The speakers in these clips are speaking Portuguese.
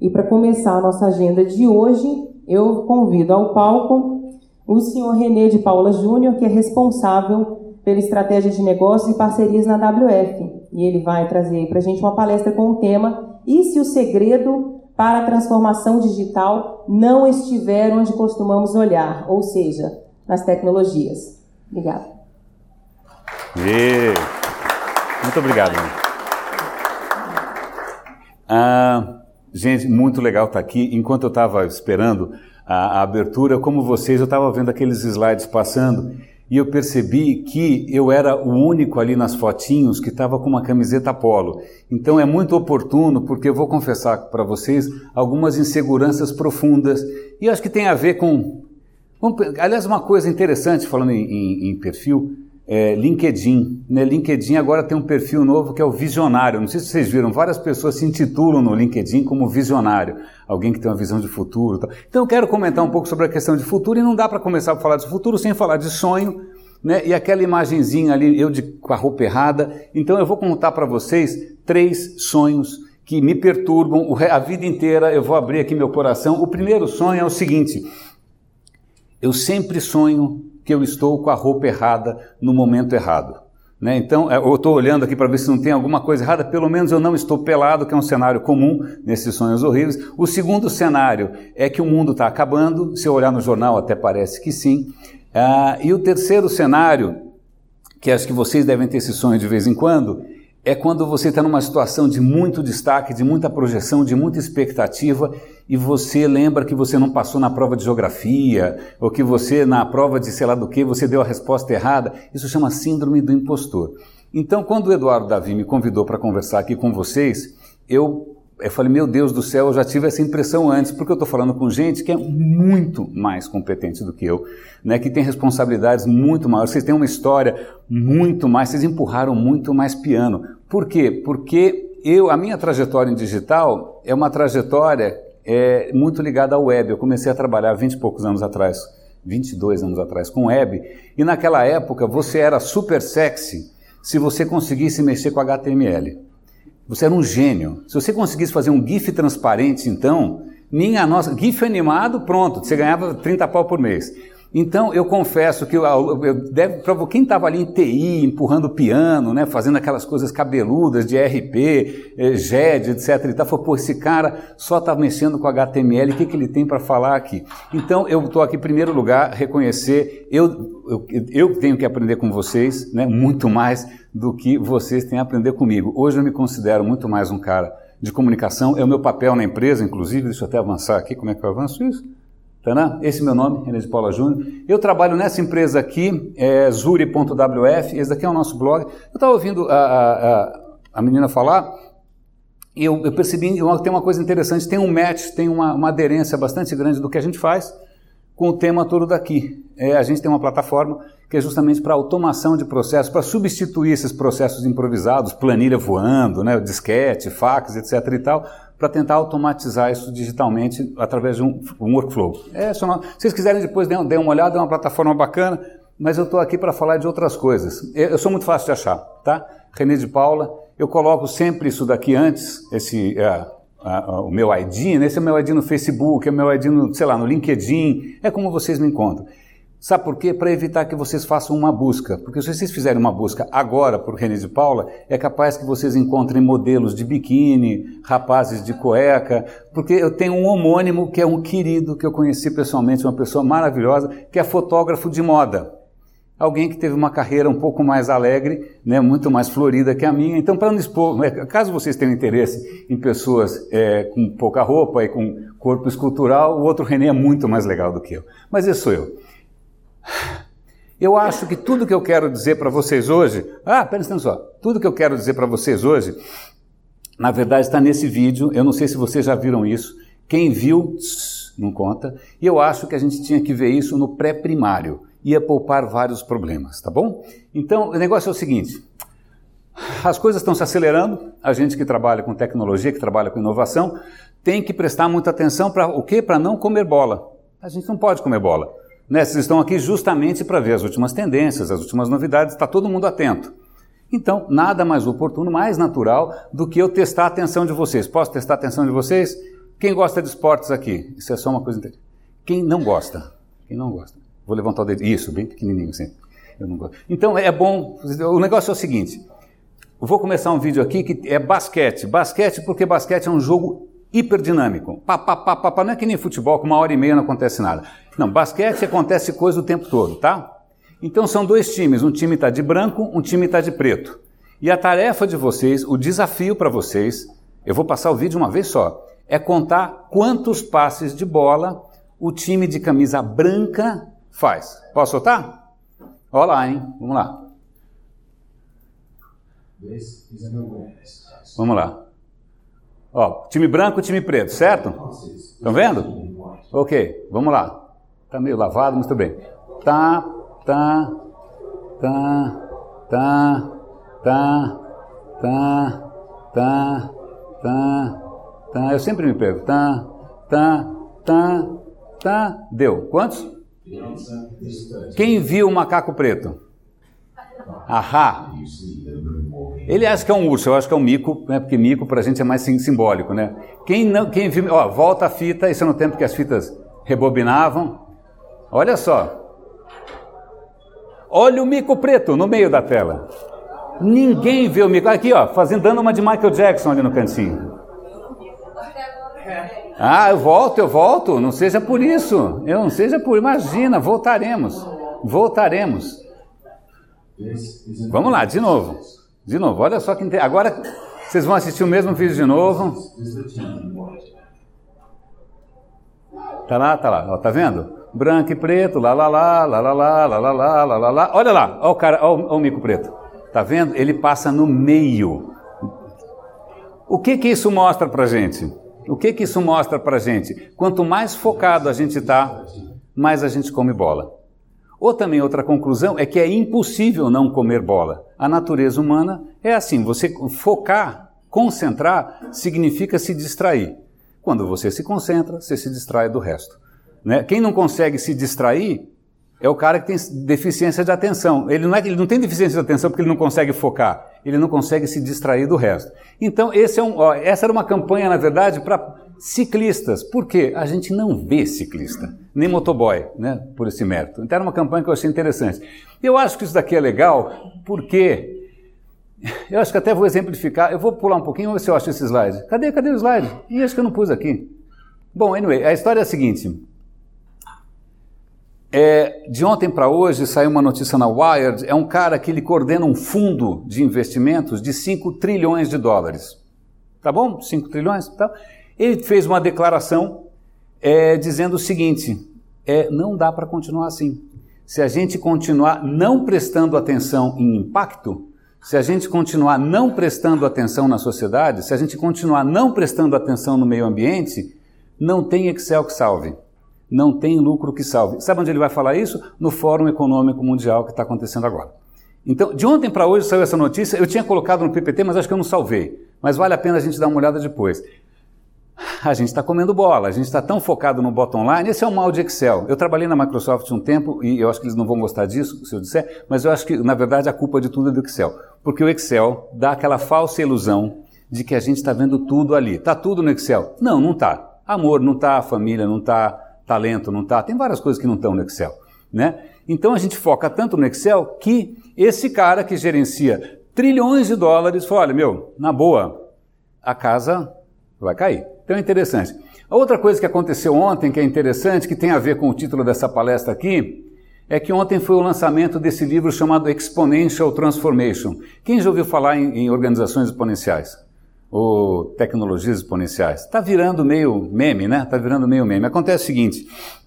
E para começar a nossa agenda de hoje, eu convido ao palco o senhor René de Paula Júnior, que é responsável pela estratégia de negócios e parcerias na WF. E ele vai trazer para a gente uma palestra com o tema "E se o segredo para a transformação digital não estiver onde costumamos olhar", ou seja, nas tecnologias. Obrigada. Muito obrigado. Gente, muito legal estar aqui. Enquanto eu estava esperando a abertura, como vocês, eu estava vendo aqueles slides passando e eu percebi que eu era o único ali nas fotinhos que estava com uma camiseta polo. Então é muito oportuno, porque eu vou confessar para vocês algumas inseguranças profundas e acho que tem a ver com... Aliás, uma coisa interessante, falando em perfil, LinkedIn. Né? LinkedIn agora tem um perfil novo que é o visionário. Não sei se vocês viram, várias pessoas se intitulam no LinkedIn como visionário, alguém que tem uma visão de futuro. Tal. Então eu quero comentar um pouco sobre a questão de futuro e não dá para começar a falar de futuro sem falar de sonho, né? E aquela imagenzinha ali, eu com a roupa errada. Então eu vou contar para vocês 3 sonhos que me perturbam a vida inteira. Eu vou abrir aqui meu coração. O primeiro sonho é o seguinte: eu sempre sonho que eu estou com a roupa errada no momento errado. Né? Então, eu estou olhando aqui para ver se não tem alguma coisa errada, pelo menos eu não estou pelado, que é um cenário comum nesses sonhos horríveis. O segundo cenário é que o mundo está acabando, se eu olhar no jornal até parece que sim. E o terceiro cenário, que acho que vocês devem ter esse sonho de vez em quando, é quando você está numa situação de muito destaque, de muita projeção, de muita expectativa, e você lembra que você não passou na prova de geografia, ou que você, na prova de sei lá do que, você deu a resposta errada. Isso chama síndrome do impostor. Então, quando o Eduardo Davi me convidou para conversar aqui com vocês, eu falei, meu Deus do céu, eu já tive essa impressão antes, porque eu estou falando com gente que é muito mais competente do que eu, né, que tem responsabilidades muito maiores, vocês têm uma história muito mais, vocês empurraram muito mais piano. Por quê? Porque a minha trajetória em digital é uma trajetória muito ligada à web. Eu comecei a trabalhar 20 e poucos anos atrás, 22 anos atrás, com web, e naquela época você era super sexy se você conseguisse mexer com HTML. Você era um gênio. Se você conseguisse fazer um GIF transparente, então, GIF animado, pronto, você ganhava 30 pau por mês. Então, eu confesso que para quem estava ali em TI, empurrando piano, né, fazendo aquelas coisas cabeludas de RP, GED, etc. e tal, falou, pô, esse cara só está mexendo com HTML, o que ele tem para falar aqui? Então, eu estou aqui, em primeiro lugar, reconhecer, eu tenho que aprender com vocês, né, muito mais do que vocês têm a aprender comigo. Hoje eu me considero muito mais um cara de comunicação, é o meu papel na empresa, inclusive, deixa eu até avançar aqui, como é que eu avanço isso? Esse é meu nome, René de Paula Júnior. Eu trabalho nessa empresa aqui, zuri.wf, esse daqui é o nosso blog. Eu estava ouvindo a menina falar e eu percebi que tem uma coisa interessante, tem um match, tem uma aderência bastante grande do que a gente faz com o tema todo daqui. A gente tem uma plataforma que é justamente para automação de processos, para substituir esses processos improvisados, planilha voando, né, disquete, fax, etc. e tal, para tentar automatizar isso digitalmente através de um workflow. Se vocês quiserem depois deem uma olhada, é uma plataforma bacana, mas eu estou aqui para falar de outras coisas. Eu sou muito fácil de achar, tá? René de Paula, eu coloco sempre isso daqui antes, o meu ID, né? Esse é o meu ID no Facebook, é o meu ID no LinkedIn, é como vocês me encontram. Sabe por quê? Para evitar que vocês façam uma busca. Porque se vocês fizerem uma busca agora por René de Paula, é capaz que vocês encontrem modelos de biquíni, rapazes de cueca, porque eu tenho um homônimo que é um querido que eu conheci pessoalmente, uma pessoa maravilhosa, que é fotógrafo de moda. Alguém que teve uma carreira um pouco mais alegre, né, muito mais florida que a minha. Então, para não expor, caso vocês tenham interesse em pessoas com pouca roupa e com corpo escultural, o outro René é muito mais legal do que eu. Mas esse sou eu. Eu acho que tudo que eu quero dizer para vocês hoje... presta atenção só. Tudo que eu quero dizer para vocês hoje, na verdade está nesse vídeo. Eu não sei se vocês já viram isso. Quem viu, não conta. E eu acho que a gente tinha que ver isso no pré-primário. Ia poupar vários problemas, tá bom? Então, o negócio é o seguinte. As coisas estão se acelerando. A gente que trabalha com tecnologia, que trabalha com inovação, tem que prestar muita atenção para o quê? Para não comer bola. A gente não pode comer bola. Né? Vocês estão aqui justamente para ver as últimas tendências, as últimas novidades, está todo mundo atento. Então, nada mais oportuno, mais natural do que eu testar a atenção de vocês. Posso testar a atenção de vocês? Quem gosta de esportes aqui? Isso é só uma coisa interessante. Quem não gosta? Quem não gosta? Vou levantar o dedo. Isso, bem pequenininho assim. Eu não gosto. Então é bom, o negócio é o seguinte, eu vou começar um vídeo aqui que é basquete. Basquete porque basquete é um jogo hiperdinâmico. Não é que nem futebol, com 1h30 não acontece nada. Não, basquete acontece coisa o tempo todo, tá? Então são dois times, um time está de branco, um time está de preto. E a tarefa de vocês, o desafio para vocês, eu vou passar o vídeo uma vez só, é contar quantos passes de bola o time de camisa branca faz. Posso soltar? Olha lá, hein? Vamos lá. Vamos lá. Ó, time branco, time preto, certo? Estão vendo? Ok, vamos lá. Tá meio lavado, mas tudo bem. Tá. Eu sempre me perco. Deu. Quantos? Quem viu o macaco preto? Ahá. Ele acha que é um urso, eu acho que é um mico, né? Porque mico pra gente é mais simbólico, né? Quem viu, ó, volta a fita, isso é no tempo que as fitas rebobinavam. Olha só. Olha o mico preto no meio da tela. Ninguém vê o mico. Aqui, ó, dando uma de Michael Jackson ali no cantinho. Ah, eu volto, não seja por isso. Imagina, voltaremos. Vamos lá, de novo, olha só que agora vocês vão assistir o mesmo vídeo de novo. Tá lá, ó, tá vendo? Branco e preto, lá, olha lá, ó o cara, ó o mico preto, tá vendo? Ele passa no meio. O que isso mostra pra gente? Quanto mais focado a gente está, mais a gente come bola. Ou também outra conclusão é que é impossível não comer bola. A natureza humana é assim, você focar, concentrar, significa se distrair. Quando você se concentra, você se distrai do resto. Né? Quem não consegue se distrair é o cara que tem deficiência de atenção. Ele não tem deficiência de atenção porque ele não consegue focar, ele não consegue se distrair do resto. Então, essa era uma campanha, na verdade, para ciclistas. Por quê? A gente não vê ciclista, nem motoboy, né, por esse mérito. Então, era uma campanha que eu achei interessante. Eu acho que isso daqui é legal porque, eu acho que até vou exemplificar, eu vou pular um pouquinho, vamos ver se eu acho esse slide. Cadê o slide? Ih, acho que eu não pus aqui. Bom, anyway, a história é a seguinte. De ontem para hoje saiu uma notícia na Wired, é um cara que ele coordena um fundo de investimentos de 5 trilhões de dólares. Tá bom? 5 trilhões? Tá. Ele fez uma declaração dizendo o seguinte, não dá para continuar assim. Se a gente continuar não prestando atenção em impacto, se a gente continuar não prestando atenção na sociedade, se a gente continuar não prestando atenção no meio ambiente, não tem Excel que salve. Não tem lucro que salve. Sabe onde ele vai falar isso? No Fórum Econômico Mundial que está acontecendo agora. Então, de ontem para hoje saiu essa notícia, eu tinha colocado no PPT, mas acho que eu não salvei. Mas vale a pena a gente dar uma olhada depois. A gente está comendo bola, a gente está tão focado no bottom line, esse é o mal de Excel. Eu trabalhei na Microsoft um tempo e eu acho que eles não vão gostar disso, se eu disser, mas eu acho que, na verdade, a culpa de tudo é do Excel. Porque o Excel dá aquela falsa ilusão de que a gente está vendo tudo ali. Está tudo no Excel? Não, não está. Amor não está, família não está, talento não está, tem várias coisas que não estão no Excel, né? Então a gente foca tanto no Excel que esse cara que gerencia trilhões de dólares falou, olha, na boa, a casa vai cair. Então é interessante. A outra coisa que aconteceu ontem, que é interessante, que tem a ver com o título dessa palestra aqui, é que ontem foi o lançamento desse livro chamado Exponential Transformation. Quem já ouviu falar em organizações exponenciais? Ou tecnologias exponenciais? Está virando meio meme, né? Está virando meio meme. Acontece o seguinte,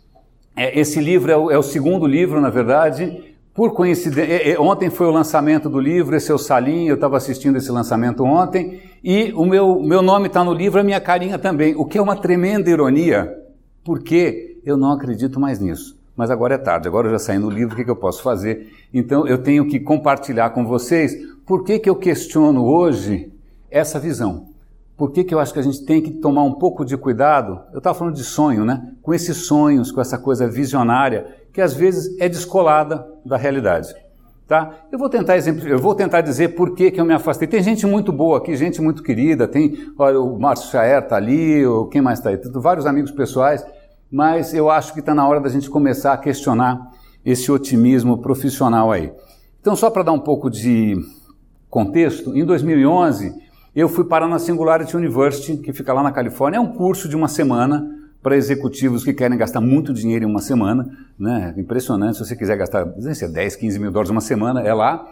esse livro é o segundo livro, na verdade. Por coincidência, ontem foi o lançamento do livro, esse é o Salim, eu estava assistindo esse lançamento ontem, e o meu nome está no livro, a minha carinha também, o que é uma tremenda ironia, porque eu não acredito mais nisso. Mas agora é tarde, agora eu já saí no livro, o que eu posso fazer? Então eu tenho que compartilhar com vocês por que eu questiono hoje essa visão. Por que eu acho que a gente tem que tomar um pouco de cuidado? Eu estava falando de sonho, né? Com esses sonhos, com essa coisa visionária, que às vezes é descolada da realidade. Tá? Eu vou tentar dizer por que eu me afastei. Tem gente muito boa aqui, gente muito querida, olha, o Márcio Chaer está ali, quem mais está aí? Tem vários amigos pessoais, mas eu acho que está na hora da gente começar a questionar esse otimismo profissional aí. Então, só para dar um pouco de contexto, em 2011 eu fui parar na Singularity University, que fica lá na Califórnia. É um curso de uma semana para executivos que querem gastar muito dinheiro em uma semana, né? Impressionante, se você quiser gastar 10, 15 mil dólares uma semana, é lá.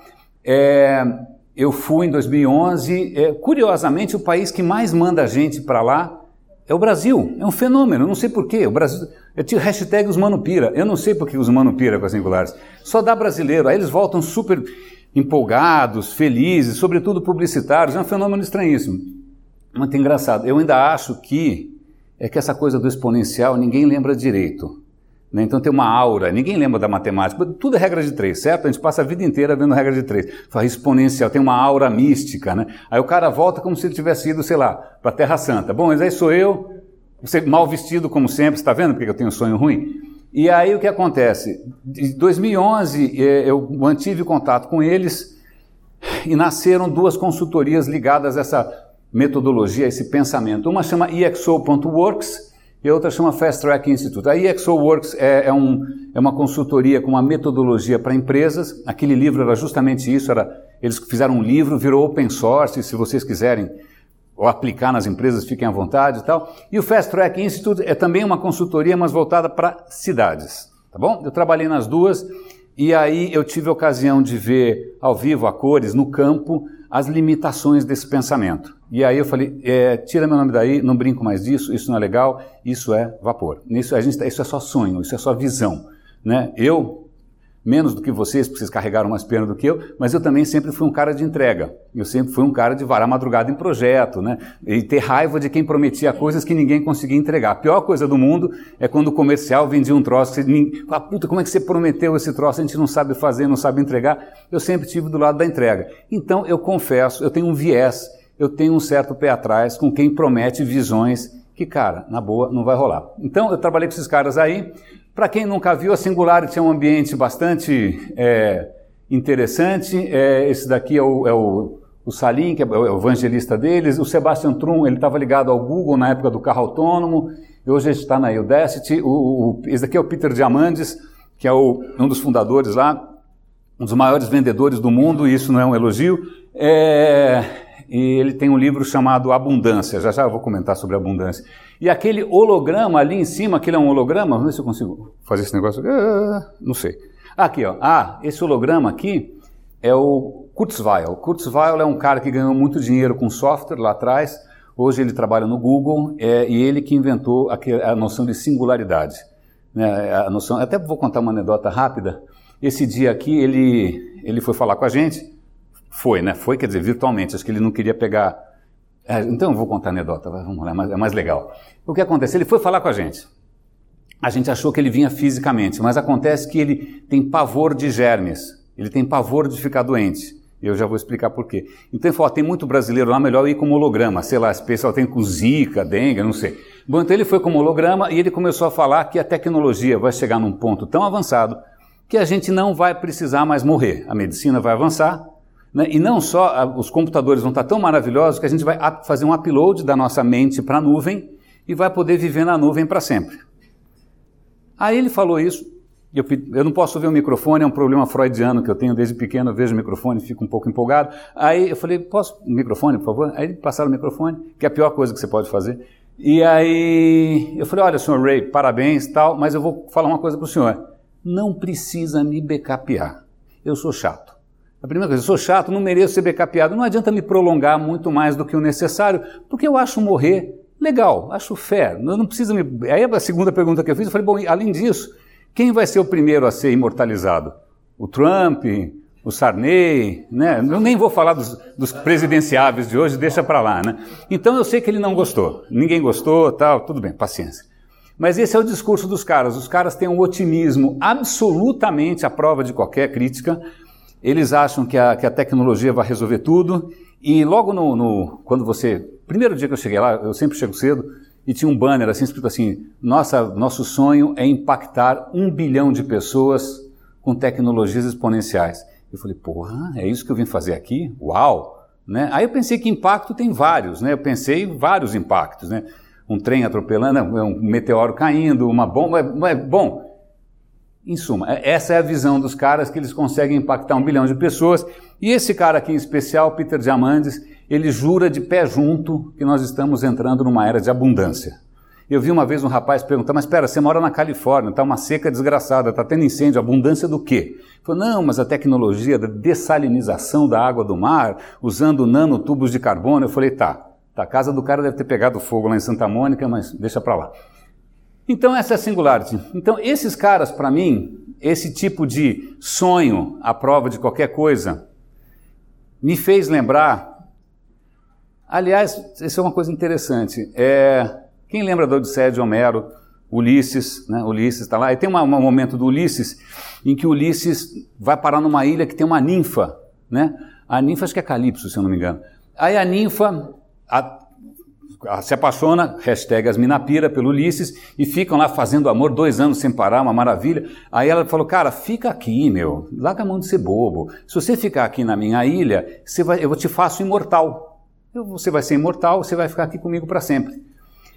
Eu fui em 2011, curiosamente o país que mais manda gente para lá é o Brasil, é um fenômeno, eu não sei porquê. O Brasil, eu tinha hashtag os Mano Pira, eu não sei porque os Mano Pira com a Singularity, só dá brasileiro, aí eles voltam super empolgados, felizes, sobretudo publicitários, é um fenômeno estranhíssimo. Muito engraçado, eu ainda acho que essa coisa do exponencial ninguém lembra direito, né? Então tem uma aura, ninguém lembra da matemática, tudo é regra de 3, certo? A gente passa a vida inteira vendo regra de 3, fala exponencial, tem uma aura mística, né? Aí o cara volta como se ele tivesse ido, sei lá, para a Terra Santa. Bom, mas aí sou eu, mal vestido como sempre, está vendo porque eu tenho um sonho ruim? E aí o que acontece? Em 2011 eu mantive contato com eles e nasceram 2 consultorias ligadas a essa metodologia, a esse pensamento. Uma chama EXO.works e a outra chama Fast Track Institute. A EXO.works é uma consultoria com uma metodologia para empresas. Aquele livro era justamente isso, eles fizeram um livro, virou open source, se vocês quiserem ou aplicar nas empresas, fiquem à vontade e tal. E o Fast Track Institute é também uma consultoria, mas voltada para cidades, tá bom? Eu trabalhei nas 2 e aí eu tive a ocasião de ver ao vivo, a cores, no campo, as limitações desse pensamento. E aí eu falei, tira meu nome daí, não brinco mais disso, isso não é legal, isso é vapor. Isso é só sonho, isso é só visão, né? Eu, menos do que vocês, porque vocês carregaram mais pena do que eu, mas eu também sempre fui um cara de entrega. Eu sempre fui um cara de varar madrugada em projeto, né? E ter raiva de quem prometia coisas que ninguém conseguia entregar. A pior coisa do mundo é quando o comercial vendia um troço, você fala, puta, como é que você prometeu esse troço, a gente não sabe fazer, não sabe entregar. Eu sempre estive do lado da entrega. Então, eu confesso, eu tenho um viés, eu tenho um certo pé atrás com quem promete visões que, cara, na boa, não vai rolar. Então, eu trabalhei com esses caras aí. Para quem nunca viu, a Singularity é um ambiente bastante interessante. Esse daqui é o Salim, que é o evangelista deles. O Sebastian Trum, ele estava ligado ao Google na época do carro autônomo. E hoje ele está na Udacity. Esse daqui é o Peter Diamandis, que é um dos fundadores lá, um dos maiores vendedores do mundo, e isso não é um elogio. E ele tem um livro chamado Abundância, já eu vou comentar sobre abundância. E aquele holograma ali em cima, aquele é um holograma, vamos ver se eu consigo fazer esse negócio, não sei. Aqui, ó, esse holograma aqui é o Kurzweil. O Kurzweil é um cara que ganhou muito dinheiro com software lá atrás, hoje ele trabalha no Google, e ele que inventou a noção de singularidade. Né, a noção, até vou contar uma anedota rápida. Esse dia aqui ele foi falar com a gente. Foi, quer dizer, virtualmente, acho que ele não queria pegar... então eu vou contar a anedota, vamos lá, é mais legal. O que acontece? Ele foi falar com a gente achou que ele vinha fisicamente, mas acontece que ele tem pavor de germes, ele tem pavor de ficar doente, e eu já vou explicar por quê. Então ele falou, tem muito brasileiro lá, melhor ir como holograma, sei lá, esse pessoal tem com zika, dengue, não sei. Bom, então ele foi como holograma e ele começou a falar que a tecnologia vai chegar num ponto tão avançado que a gente não vai precisar mais morrer, a medicina vai avançar, né? E não só os computadores vão estar tão maravilhosos que a gente vai fazer um upload da nossa mente para a nuvem e vai poder viver na nuvem para sempre. Aí ele falou isso, eu não posso ver o microfone, é um problema freudiano que eu tenho desde pequeno, eu vejo o microfone e fico um pouco empolgado. Aí eu falei, posso o microfone, por favor? Aí passaram o microfone, que é a pior coisa que você pode fazer. E aí eu falei, olha, senhor Ray, parabéns e tal, mas eu vou falar uma coisa para o senhor. Não precisa me backupear, eu sou chato. A primeira coisa, eu sou chato, não mereço ser backupeado, não adianta me prolongar muito mais do que o necessário, porque eu acho morrer legal, acho fair, não precisa me... Aí a segunda pergunta que eu fiz, eu falei, bom, além disso, quem vai ser o primeiro a ser imortalizado? O Trump, o Sarney, né? Eu nem vou falar dos presidenciáveis de hoje, deixa para lá, né? Então eu sei que ele não gostou, ninguém gostou, tal, tudo bem, paciência. Mas esse é o discurso dos caras, os caras têm um otimismo absolutamente à prova de qualquer crítica. Eles acham que a tecnologia vai resolver tudo, e logo quando primeiro dia que eu cheguei lá, eu sempre chego cedo, e tinha um banner assim, escrito assim, nosso sonho é impactar 1 bilhão de pessoas com tecnologias exponenciais. Eu falei, porra, é isso que eu vim fazer aqui? Uau! Né? Aí eu pensei que impacto tem vários, né? Eu pensei em vários impactos, né? Um trem atropelando, um meteoro caindo, uma bomba. Bom, em suma, essa é a visão dos caras, que eles conseguem impactar 1 bilhão de pessoas. E esse cara aqui em especial, Peter Diamandis, ele jura de pé junto que nós estamos entrando numa era de abundância. Eu vi uma vez um rapaz perguntar, mas espera, você mora na Califórnia, está uma seca desgraçada, está tendo incêndio, abundância do quê? Ele falou, não, mas a tecnologia da dessalinização da água do mar, usando nanotubos de carbono. Eu falei, tá, a casa do cara deve ter pegado fogo lá em Santa Mônica, mas deixa para lá. Então essa é a Singularity. Então esses caras, para mim, esse tipo de sonho à prova de qualquer coisa, me fez lembrar, aliás, isso é uma coisa interessante, quem lembra da Odisseia de Homero, Ulisses, né? Ulisses está lá, e tem um momento do Ulisses em que Ulisses vai parar numa ilha que tem uma ninfa, né? A ninfa, acho que é Calypso, se eu não me engano. Aí a ninfa se apaixona, #asminapira, pelo Ulisses, e ficam lá fazendo amor 2 anos sem parar, uma maravilha. Aí ela falou, cara, fica aqui, meu, larga a mão de ser bobo. Se você ficar aqui na minha ilha, eu te faço imortal. Você vai ser imortal, você vai ficar aqui comigo para sempre.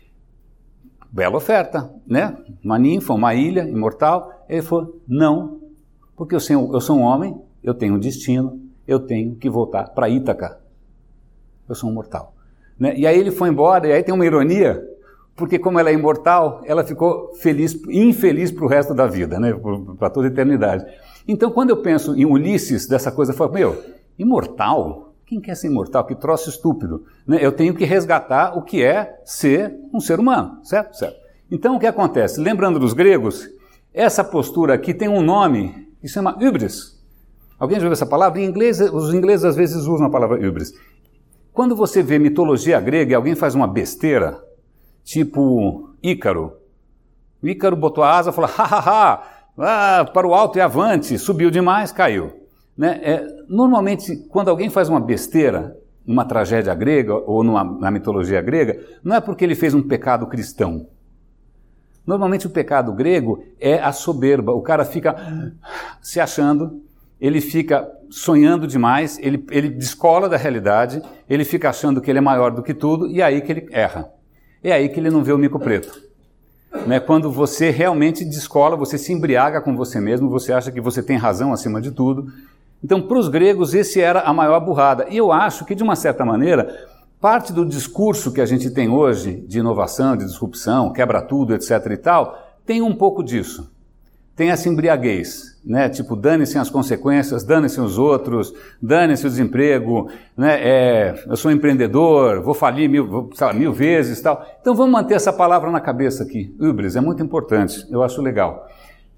Bela oferta, né? Uma ninfa, uma ilha, imortal. Ele falou, não, porque eu sou um homem, eu tenho um destino, eu tenho que voltar para Ítaca. Eu sou um mortal. Né? E aí ele foi embora, e aí tem uma ironia, porque como ela é imortal, ela ficou infeliz para o resto da vida, né? Para toda a eternidade. Então, quando eu penso em Ulisses, dessa coisa, eu falo, meu, imortal? Quem quer ser imortal? Que troço estúpido. Né? Eu tenho que resgatar o que é ser um ser humano, certo? Certo. Então, o que acontece? Lembrando dos gregos, essa postura aqui tem um nome que se chama hybris. Alguém já ouviu essa palavra? Em inglês, os ingleses às vezes usam a palavra hybris. Quando você vê mitologia grega e alguém faz uma besteira, tipo Ícaro. Ícaro botou a asa e falou, para o alto e avante, subiu demais, caiu. Né? Normalmente, quando alguém faz uma besteira, numa tragédia grega ou na mitologia grega, não é porque ele fez um pecado cristão. Normalmente o pecado grego é a soberba. O cara fica se achando, ele fica sonhando demais, ele descola da realidade, ele fica achando que ele é maior do que tudo, e é aí que ele erra. É aí que ele não vê o mico preto. Né? Quando você realmente descola, você se embriaga com você mesmo, você acha que você tem razão acima de tudo. Então, para os gregos, esse era a maior burrada. E eu acho que, de uma certa maneira, parte do discurso que a gente tem hoje, de inovação, de disrupção, quebra tudo, etc. e tal, tem um pouco disso. Tem essa embriaguez, né? Tipo, dane-se as consequências, dane-se os outros, dane-se o desemprego, né? Eu sou empreendedor, vou falir mil vezes e tal. Então, vamos manter essa palavra na cabeça aqui. Hybris, é muito importante, eu acho legal.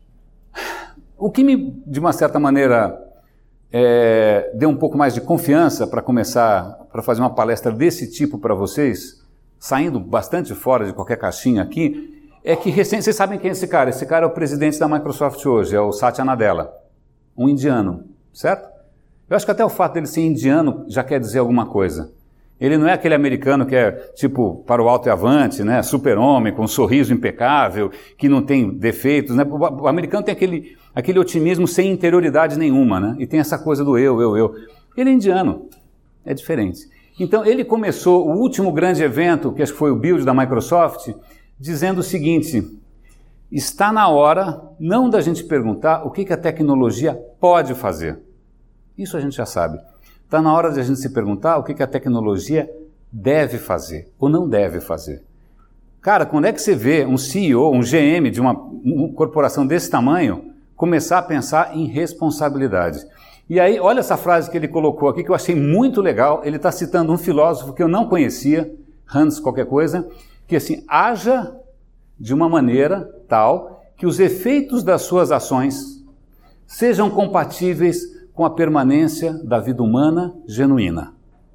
O que me, de uma certa maneira, deu um pouco mais de confiança para fazer uma palestra desse tipo para vocês, saindo bastante fora de qualquer caixinha aqui, é que vocês sabem quem é esse cara? Esse cara é o presidente da Microsoft hoje, é o Satya Nadella, um indiano, certo? Eu acho que até o fato dele ser indiano já quer dizer alguma coisa. Ele não é aquele americano que é tipo para o alto e avante, né? Super-homem, com um sorriso impecável, que não tem defeitos, né? O americano tem aquele otimismo sem interioridade nenhuma, né? E tem essa coisa do eu. Ele é indiano, é diferente. Então ele começou o último grande evento, que acho que foi o Build da Microsoft, dizendo o seguinte, está na hora não da gente perguntar o que a tecnologia pode fazer. Isso a gente já sabe. Está na hora de a gente se perguntar o que a tecnologia deve fazer ou não deve fazer. Cara, quando é que você vê um CEO, um GM de uma corporação desse tamanho começar a pensar em responsabilidade? E aí, olha essa frase que ele colocou aqui que eu achei muito legal. Ele está citando um filósofo que eu não conhecia, Hans qualquer coisa, que assim, haja de uma maneira tal que os efeitos das suas ações sejam compatíveis com a permanência da vida humana genuína.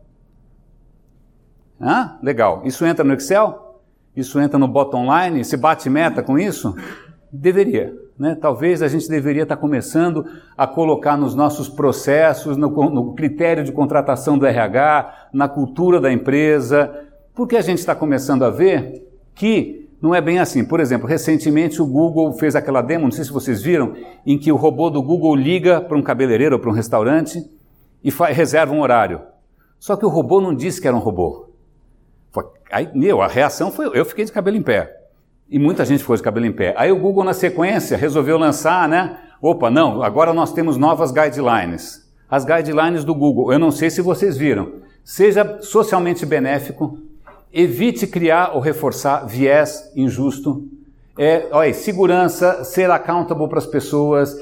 Legal. Isso entra no Excel? Isso entra no bottom line? Se bate meta com isso? Deveria. Né? Talvez a gente deveria estar começando a colocar nos nossos processos, no critério de contratação do RH, na cultura da empresa, porque a gente está começando a ver que Não é bem assim. Por exemplo, recentemente o Google fez aquela demo, não sei se vocês viram, em que o robô do Google liga para um cabeleireiro ou para um restaurante e reserva um horário. Só que o robô não disse que era um robô. Aí, a reação foi, eu fiquei de cabelo em pé. E muita gente ficou de cabelo em pé. Aí o Google, na sequência, resolveu lançar, né? Opa, não, agora nós temos novas guidelines. As guidelines do Google, eu não sei se vocês viram. Seja socialmente benéfico, evite criar ou reforçar viés injusto. Segurança, ser accountable para as pessoas.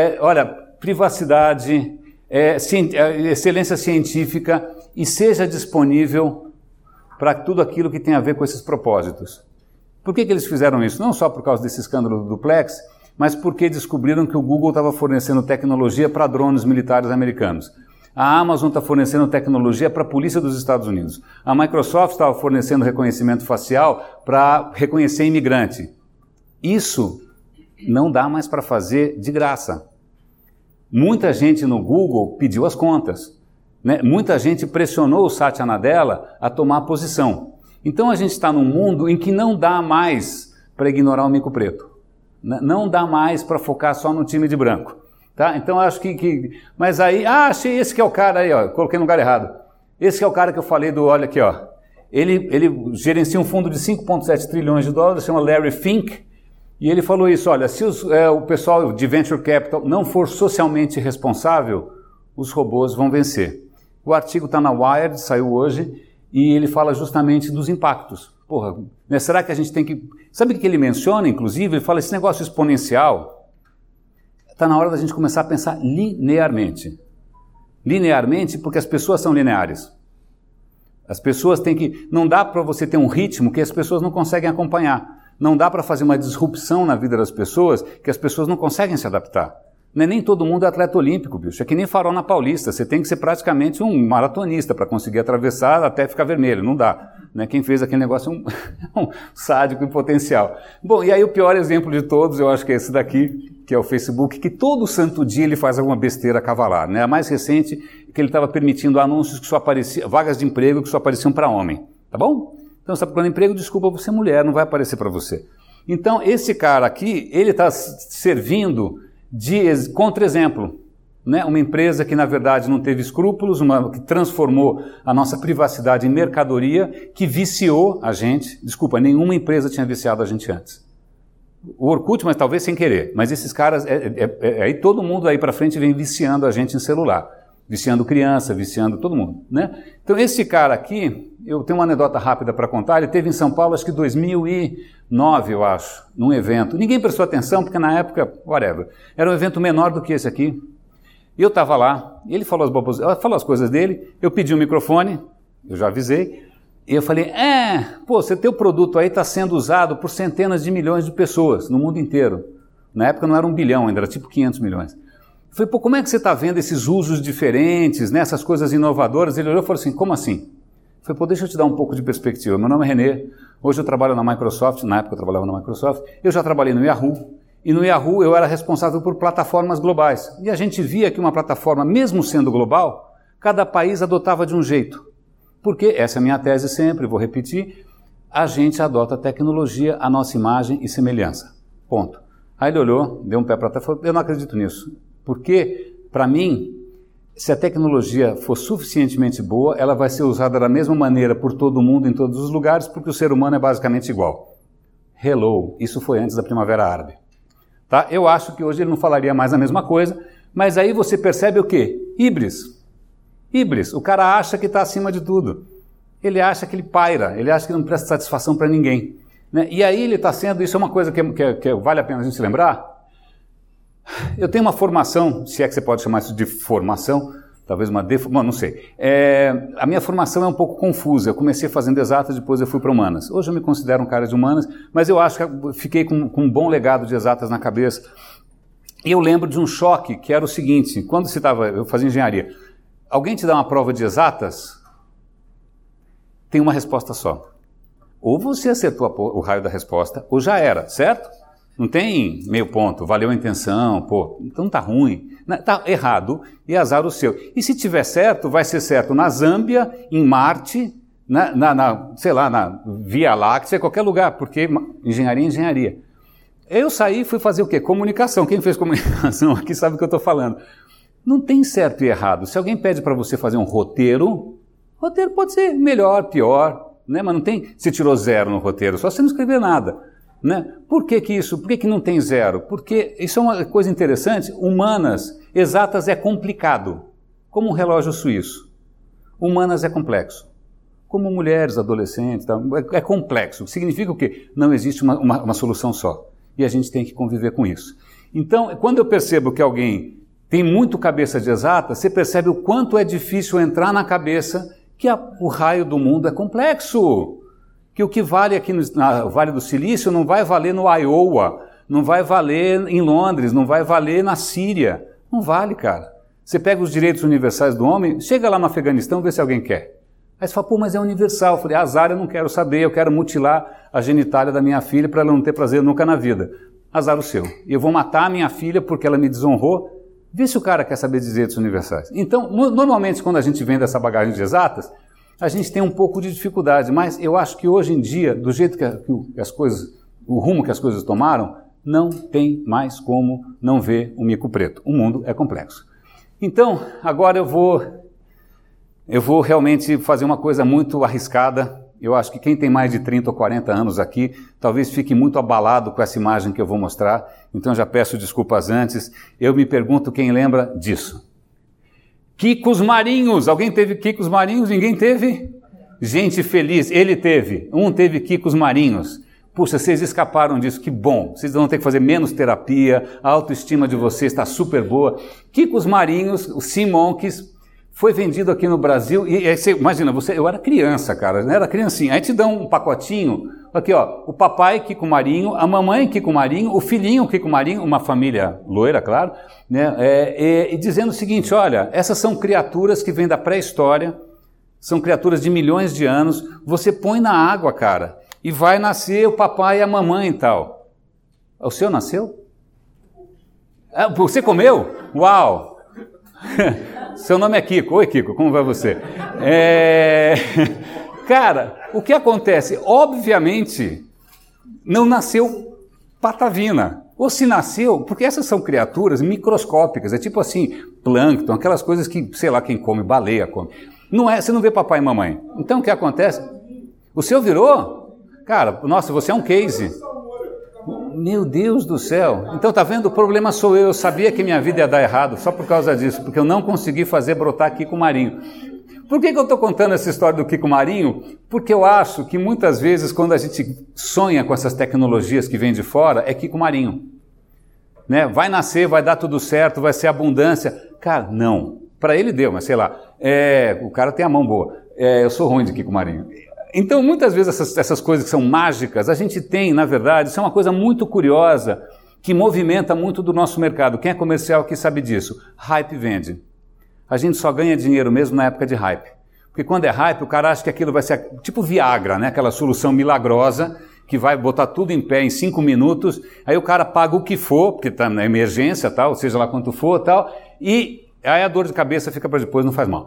Privacidade, excelência científica e seja disponível para tudo aquilo que tem a ver com esses propósitos. Por que eles fizeram isso? Não só por causa desse escândalo do Duplex, mas porque descobriram que o Google estava fornecendo tecnologia para drones militares americanos. A Amazon está fornecendo tecnologia para a polícia dos Estados Unidos. A Microsoft estava fornecendo reconhecimento facial para reconhecer imigrante. Isso não dá mais para fazer de graça. Muita gente no Google pediu as contas, né? Muita gente pressionou o Satya Nadella a tomar posição. Então a gente está num mundo em que não dá mais para ignorar o mico preto. Não dá mais para focar só no time de branco. Tá? Então acho que... Mas aí, achei esse que é o cara aí, ó, coloquei no lugar errado. Esse que é o cara que eu falei olha aqui, ó. Ele gerencia um fundo de 5,7 trilhões de dólares, chama Larry Fink, e ele falou isso, olha, se o pessoal de Venture Capital não for socialmente responsável, os robôs vão vencer. O artigo está na Wired, saiu hoje, e ele fala justamente dos impactos. Porra, né, será que a gente tem que... Sabe o que ele menciona, inclusive? Ele fala, esse negócio exponencial, está na hora da gente começar a pensar linearmente. Linearmente porque as pessoas são lineares. As pessoas têm que... Não dá para você ter um ritmo que as pessoas não conseguem acompanhar. Não dá para fazer uma disrupção na vida das pessoas que as pessoas não conseguem se adaptar. Nem todo mundo é atleta olímpico, bicho. É que nem farol na Paulista. Você tem que ser praticamente um maratonista para conseguir atravessar até ficar vermelho. Não dá. Né? Quem fez aquele negócio é um sádico em potencial. Bom, e aí o pior exemplo de todos, eu acho que é esse daqui, que é o Facebook, que todo santo dia ele faz alguma besteira cavalar. Né? A mais recente é que ele estava permitindo anúncios que só apareciam, vagas de emprego que só apareciam para homem. Tá bom? Então, você está procurando emprego, desculpa, você é mulher, não vai aparecer para você. Então, esse cara aqui, ele está servindo de contra-exemplo, né? Uma empresa que na verdade não teve escrúpulos, que transformou a nossa privacidade em mercadoria, que viciou a gente. Desculpa, nenhuma empresa tinha viciado a gente antes. O Orkut, mas talvez sem querer. Mas esses caras, aí todo mundo aí para frente vem viciando a gente em celular. Viciando criança, viciando todo mundo, né? Então esse cara aqui, eu tenho uma anedota rápida para contar, ele esteve em São Paulo, acho que 2009, eu acho, num evento. Ninguém prestou atenção, porque na época, whatever, era um evento menor do que esse aqui. E eu estava lá, ele falou as coisas dele, eu pedi um microfone, eu já avisei, e eu falei, seu teu produto aí está sendo usado por centenas de milhões de pessoas no mundo inteiro. Na época não era 1 bilhão, ainda era tipo 500 milhões. Eu falei, como é que você está vendo esses usos diferentes, né, essas coisas inovadoras? Ele olhou e falou assim, como assim? Eu falei, deixa eu te dar um pouco de perspectiva. Meu nome é René, hoje eu trabalho na Microsoft, na época eu trabalhava na Microsoft, eu já trabalhei no Yahoo, e no Yahoo eu era responsável por plataformas globais. E a gente via que uma plataforma, mesmo sendo global, cada país adotava de um jeito. Porque, essa é a minha tese sempre, vou repetir, a gente adota a tecnologia, a nossa imagem e semelhança. Ponto. Aí ele olhou, deu um pé para trás e falou, eu não acredito nisso. Porque, para mim, se a tecnologia for suficientemente boa, ela vai ser usada da mesma maneira por todo mundo, em todos os lugares, porque o ser humano é basicamente igual. Hello, isso foi antes da Primavera Árabe. Tá? Eu acho que hoje ele não falaria mais a mesma coisa, mas aí você percebe o quê? Híbris. O cara acha que está acima de tudo. Ele acha que ele paira, ele acha que não presta satisfação para ninguém. Né? E aí ele está sendo, isso é uma coisa que vale a pena a gente se lembrar. Eu tenho uma formação, se é que você pode chamar isso de formação, talvez uma deformação, não sei. A minha formação é um pouco confusa. Eu comecei fazendo exatas, depois eu fui para humanas. Hoje eu me considero um cara de humanas, mas eu acho que eu fiquei com um bom legado de exatas na cabeça. E eu lembro de um choque que era o seguinte, quando eu fazia engenharia, alguém te dá uma prova de exatas, tem uma resposta só. Ou você acertou o raio da resposta, ou já era, certo? Não tem meio ponto, valeu a intenção, então tá ruim, tá errado e azar o seu. E se tiver certo, vai ser certo na Zâmbia, em Marte, sei lá, na Via Láctea, qualquer lugar, porque engenharia é engenharia. Eu saí e fui fazer o quê? Comunicação. Quem fez comunicação aqui sabe o que eu estou falando. Não tem certo e errado. Se alguém pede para você fazer um roteiro pode ser melhor, pior, né? Mas não tem, você tirou 0 no roteiro, só você não escrever nada. Né? Por que não tem 0? Porque isso é uma coisa interessante. Humanas, exatas é complicado, como um relógio suíço. Humanas é complexo. Como mulheres, adolescentes, é complexo. Significa o quê? Não existe uma solução só. E a gente tem que conviver com isso. Então, quando eu percebo que alguém tem muito cabeça de exata, você percebe o quanto é difícil entrar na cabeça que o raio do mundo é complexo. Que o que vale aqui no Vale do Silício não vai valer no Iowa, não vai valer em Londres, não vai valer na Síria. Não vale, cara. Você pega os direitos universais do homem, chega lá no Afeganistão, vê se alguém quer. Aí você fala, pô, mas é universal. Eu falei, azar, eu não quero saber, eu quero mutilar a genitália da minha filha para ela não ter prazer nunca na vida. Azar o seu. E eu vou matar a minha filha porque ela me desonrou. Vê se o cara quer saber de direitos universais. Então, normalmente, quando a gente vem dessa bagagem de exatas, a gente tem um pouco de dificuldade, mas eu acho que hoje em dia, do jeito que as coisas, o rumo que as coisas tomaram, não tem mais como não ver o mico preto. O mundo é complexo. Então, agora eu vou realmente fazer uma coisa muito arriscada. Eu acho que quem tem mais de 30 ou 40 anos aqui, talvez fique muito abalado com essa imagem que eu vou mostrar. Então já peço desculpas antes. Eu me pergunto quem lembra disso. Quicos Marinhos. Alguém teve Quicos Marinhos? Ninguém teve? Gente feliz. Ele teve. Um teve Quicos Marinhos. Puxa, vocês escaparam disso, que bom. Vocês vão ter que fazer menos terapia, a autoestima de vocês está super boa. Quicos Marinhos, o Sea Monkeys, foi vendido aqui no Brasil, e aí você, imagina, eu era criança, cara, era criancinha, aí te dão um pacotinho, aqui ó, o papai Kiko Marinho, a mamãe Kiko Marinho, o filhinho Kiko Marinho, uma família loira, claro, né, e dizendo o seguinte, olha, essas são criaturas que vêm da pré-história, são criaturas de milhões de anos, você põe na água, cara, e vai nascer o papai e a mamãe e tal. O seu nasceu? Ah, você comeu? Uau! Seu nome é Kiko. Oi, Kiko, como vai você? Cara, o que acontece? Obviamente, não nasceu patavina. Ou se nasceu, porque essas são criaturas microscópicas, é tipo assim, plâncton, aquelas coisas que, sei lá, quem come, baleia come. Não é, você não vê papai e mamãe. Então, o que acontece? O seu virou? Cara, nossa, você é um case. Meu Deus do céu. Então, tá vendo? O problema sou eu. Eu sabia que minha vida ia dar errado só por causa disso, porque eu não consegui fazer brotar Kiko Marinho. Por que eu estou contando essa história do Kiko Marinho? Porque eu acho que muitas vezes, quando a gente sonha com essas tecnologias que vêm de fora, é Kiko Marinho. Né? Vai nascer, vai dar tudo certo, vai ser abundância. Cara, não. Para ele deu, mas sei lá. O cara tem a mão boa. Eu sou ruim de Kiko Marinho. Então, muitas vezes essas coisas que são mágicas, a gente tem, na verdade, isso é uma coisa muito curiosa, que movimenta muito do nosso mercado. Quem é comercial aqui sabe disso. Hype vende. A gente só ganha dinheiro mesmo na época de hype. Porque quando é hype, o cara acha que aquilo vai ser tipo Viagra, né? Aquela solução milagrosa que vai botar tudo em pé em 5 minutos, aí o cara paga o que for, porque está na emergência, tal, seja lá quanto for, tal, e aí a dor de cabeça fica para depois, não faz mal.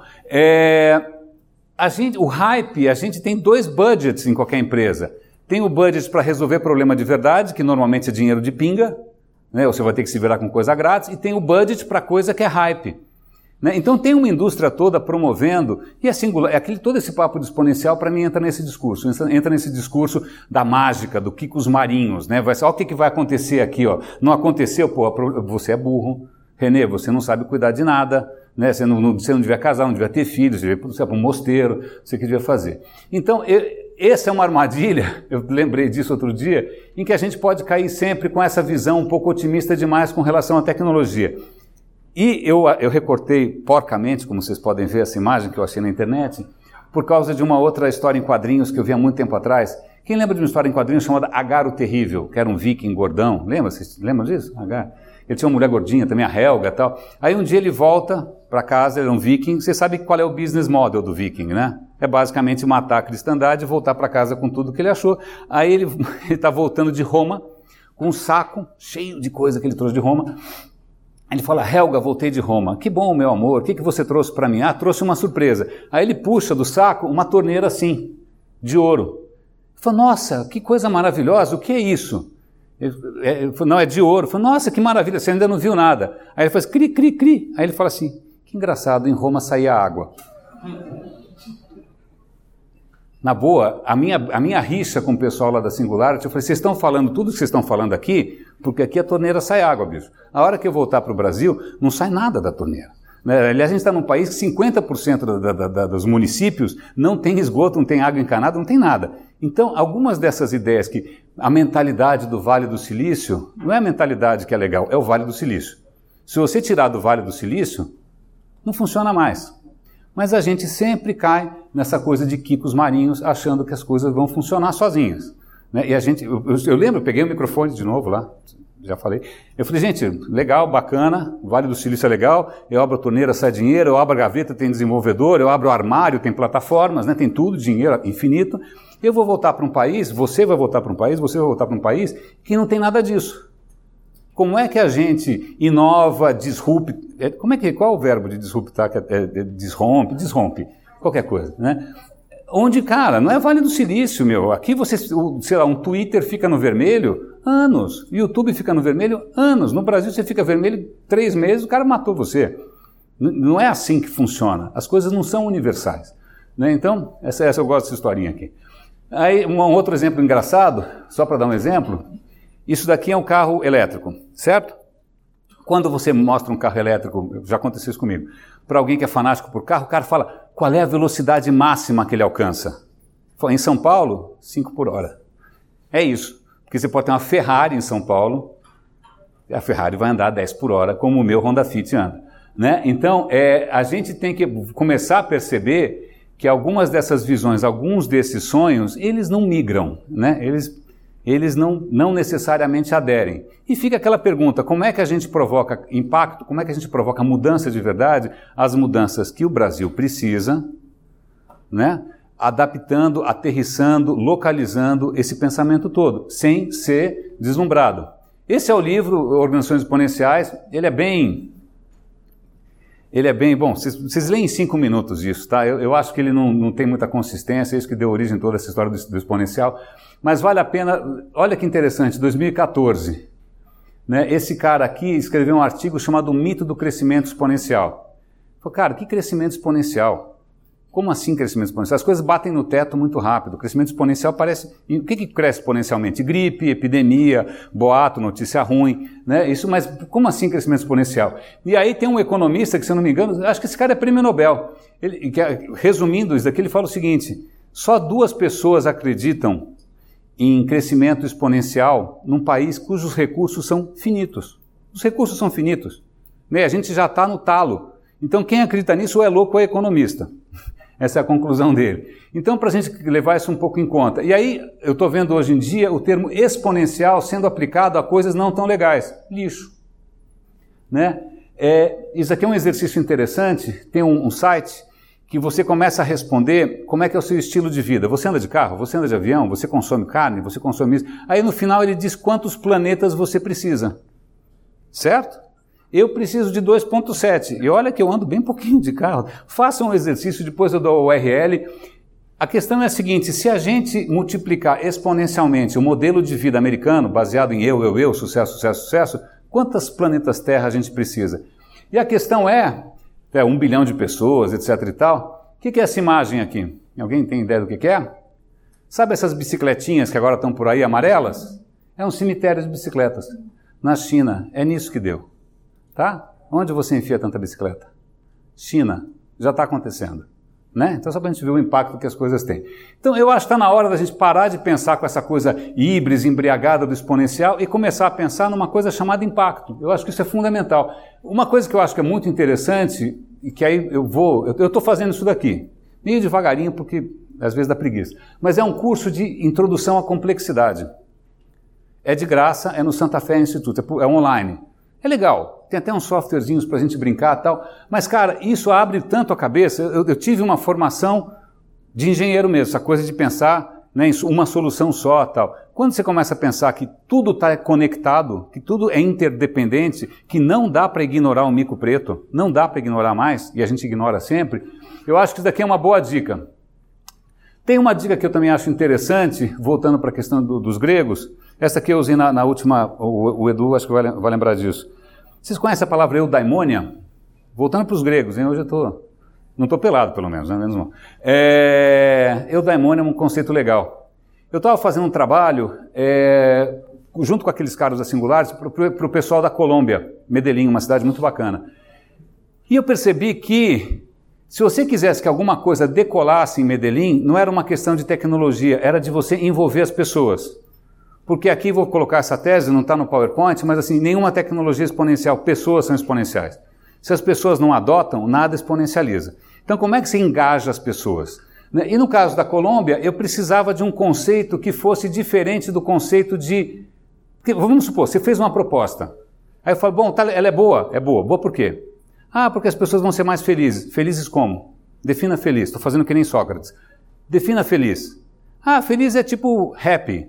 O hype, a gente tem 2 budgets em qualquer empresa. Tem o budget para resolver problema de verdade, que normalmente é dinheiro de pinga, né? Ou você vai ter que se virar com coisa grátis, e tem o budget para coisa que é hype. Né? Então tem uma indústria toda promovendo, e é singular, todo esse papo de exponencial para mim entra nesse discurso da mágica, do Quicos Marinhos, né? Vai ser, olha o que vai acontecer aqui, ó. Não aconteceu, pô, você é burro, Renê, você não sabe cuidar de nada, né? Você não devia casar, não devia ter filhos, você devia ir para um mosteiro, você que devia fazer. Então, essa é uma armadilha, eu lembrei disso outro dia, em que a gente pode cair sempre com essa visão um pouco otimista demais com relação à tecnologia. E eu recortei porcamente, como vocês podem ver essa imagem que eu achei na internet, por causa de uma outra história em quadrinhos que eu vi há muito tempo atrás. Quem lembra de uma história em quadrinhos chamada Agar o Terrível, que era um viking gordão? Vocês lembram disso? Agar. Ele tinha uma mulher gordinha também, a Helga e tal. Aí um dia ele volta para casa, ele é um viking. Você sabe qual é o business model do viking, né? É basicamente matar a cristandade e voltar para casa com tudo que ele achou. Aí ele está voltando de Roma, com um saco cheio de coisa que ele trouxe de Roma. Ele fala, Helga, voltei de Roma. Que bom, meu amor, o que você trouxe para mim? Ah, trouxe uma surpresa. Aí ele puxa do saco uma torneira assim, de ouro. Ele fala, nossa, que coisa maravilhosa, o que é isso? Ele falou, não, é de ouro. Eu falei, nossa, que maravilha, você ainda não viu nada. Aí ele faz, cri, cri, cri. Aí ele fala assim, que engraçado, em Roma saía água. Na boa, a minha rixa com o pessoal lá da Singularity, eu falei, vocês estão falando tudo que vocês estão falando aqui, porque aqui a torneira sai água, bicho. A hora que eu voltar para o Brasil, não sai nada da torneira. Né? Aliás, a gente está num país que 50% dos municípios não tem esgoto, não tem água encanada, não tem nada. Então, algumas dessas ideias que a mentalidade do Vale do Silício, não é a mentalidade que é legal, é o Vale do Silício. Se você tirar do Vale do Silício, não funciona mais. Mas a gente sempre cai nessa coisa de quicos marinhos, achando que as coisas vão funcionar sozinhas. Né? E eu lembro, eu peguei o microfone de novo lá, já falei. Eu falei, gente, legal, bacana, o Vale do Silício é legal, eu abro a torneira, sai dinheiro, eu abro a gaveta, tem desenvolvedor, eu abro o armário, tem plataformas, né? Tem tudo, dinheiro infinito. Eu vou voltar para um país, você vai voltar para um país, você vai voltar para um país que não tem nada disso. Como é que a gente inova, disrupta? Qual é o verbo de disruptar? Desrompe, qualquer coisa, né? Onde, cara, não é Vale do Silício, meu. Aqui você, sei lá, um Twitter fica no vermelho anos, YouTube fica no vermelho anos. No Brasil você fica vermelho 3 meses, o cara matou você. Não é assim que funciona. As coisas não são universais, né? Então, essa eu gosto dessa historinha aqui. Aí, um outro exemplo engraçado, só para dar um exemplo. Isso daqui é um carro elétrico, certo? Quando você mostra um carro elétrico, já aconteceu isso comigo, para alguém que é fanático por carro, o cara fala, qual é a velocidade máxima que ele alcança? Em São Paulo, 5 por hora. É isso. Porque você pode ter uma Ferrari em São Paulo, e a Ferrari vai andar 10 por hora, como o meu Honda Fit anda. Né? Então, a gente tem que começar a perceber que algumas dessas visões, alguns desses sonhos, eles não migram, né? Eles não necessariamente aderem. E fica aquela pergunta, como é que a gente provoca impacto, como é que a gente provoca mudança de verdade, as mudanças que o Brasil precisa, né? Adaptando, aterrissando, localizando esse pensamento todo, sem ser deslumbrado. Esse é o livro, Organizações Exponenciais, ele é bem, bom, vocês leem em 5 minutos isso, tá? Eu acho que ele não tem muita consistência, é isso que deu origem a toda essa história do exponencial, mas vale a pena, olha que interessante, 2014, né, esse cara aqui escreveu um artigo chamado O Mito do Crescimento Exponencial. Falei, cara, que crescimento exponencial? Como assim crescimento exponencial? As coisas batem no teto muito rápido. O crescimento exponencial parece... O que cresce exponencialmente? Gripe, epidemia, boato, notícia ruim, né? Isso, mas como assim crescimento exponencial? E aí tem um economista que, se eu não me engano, acho que esse cara é prêmio Nobel. Resumindo isso daqui, ele fala o seguinte, só 2 pessoas acreditam em crescimento exponencial num país cujos recursos são finitos. Os recursos são finitos, né? A gente já está no talo. Então quem acredita nisso ou é louco ou é economista. Essa é a conclusão dele. Então, para a gente levar isso um pouco em conta. E aí, eu estou vendo hoje em dia o termo exponencial sendo aplicado a coisas não tão legais. Lixo. Né? Isso aqui é um exercício interessante. Tem um site que você começa a responder como é que é o seu estilo de vida. Você anda de carro? Você anda de avião? Você consome carne? Você consome isso? Aí, no final, ele diz quantos planetas você precisa. Certo? Eu preciso de 2.7, e olha que eu ando bem pouquinho de carro. Faça um exercício, depois eu dou o URL. A questão é a seguinte, se a gente multiplicar exponencialmente o modelo de vida americano, baseado em eu, sucesso, sucesso, sucesso, quantas planetas Terra a gente precisa? E a questão é 1 bilhão de pessoas, etc e tal. O que é essa imagem aqui? Alguém tem ideia do que é? Sabe essas bicicletinhas que agora estão por aí, amarelas? É um cemitério de bicicletas. Na China, é nisso que deu. Tá? Onde você enfia tanta bicicleta? China. Já está acontecendo. Né? Então, só para a gente ver o impacto que as coisas têm. Então, eu acho que está na hora da gente parar de pensar com essa coisa híbrida, embriagada do exponencial e começar a pensar numa coisa chamada impacto. Eu acho que isso é fundamental. Uma coisa que eu acho que é muito interessante, e que aí eu estou fazendo isso daqui, meio devagarinho, porque às vezes dá preguiça, mas é um curso de introdução à complexidade. É de graça, é no Santa Fé Institute, é online. É legal, tem até uns softwarezinhos para a gente brincar e tal, mas, cara, isso abre tanto a cabeça. Eu tive uma formação de engenheiro mesmo, essa coisa de pensar né, em uma solução só, tal. Quando você começa a pensar que tudo está conectado, que tudo é interdependente, que não dá para ignorar o mico preto, não dá para ignorar mais, e a gente ignora sempre, eu acho que isso daqui é uma boa dica. Tem uma dica que eu também acho interessante, voltando para a questão dos gregos, essa que eu usei na última, o Edu acho que vai lembrar disso. Vocês conhecem a palavra eudaimonia? Voltando para os gregos, hein? Hoje eu não estou pelado pelo menos, né? Menos mal. Eudaimonia é um conceito legal. Eu estava fazendo um trabalho junto com aqueles caras da Singulares para o pessoal da Colômbia, Medellín, uma cidade muito bacana. E eu percebi que se você quisesse que alguma coisa decolasse em Medellín, não era uma questão de tecnologia, era de você envolver as pessoas. Porque aqui vou colocar essa tese, não está no PowerPoint, mas assim, nenhuma tecnologia exponencial, pessoas são exponenciais. Se as pessoas não adotam, nada exponencializa. Então como é que você engaja as pessoas? E no caso da Colômbia, eu precisava de um conceito que fosse diferente do conceito de... Vamos supor, você fez uma proposta. Aí eu falo, bom, tá, ela é boa. É boa. Boa por quê? Ah, porque as pessoas vão ser mais felizes. Felizes como? Defina feliz. Estou fazendo que nem Sócrates. Defina feliz. Ah, feliz é tipo happy.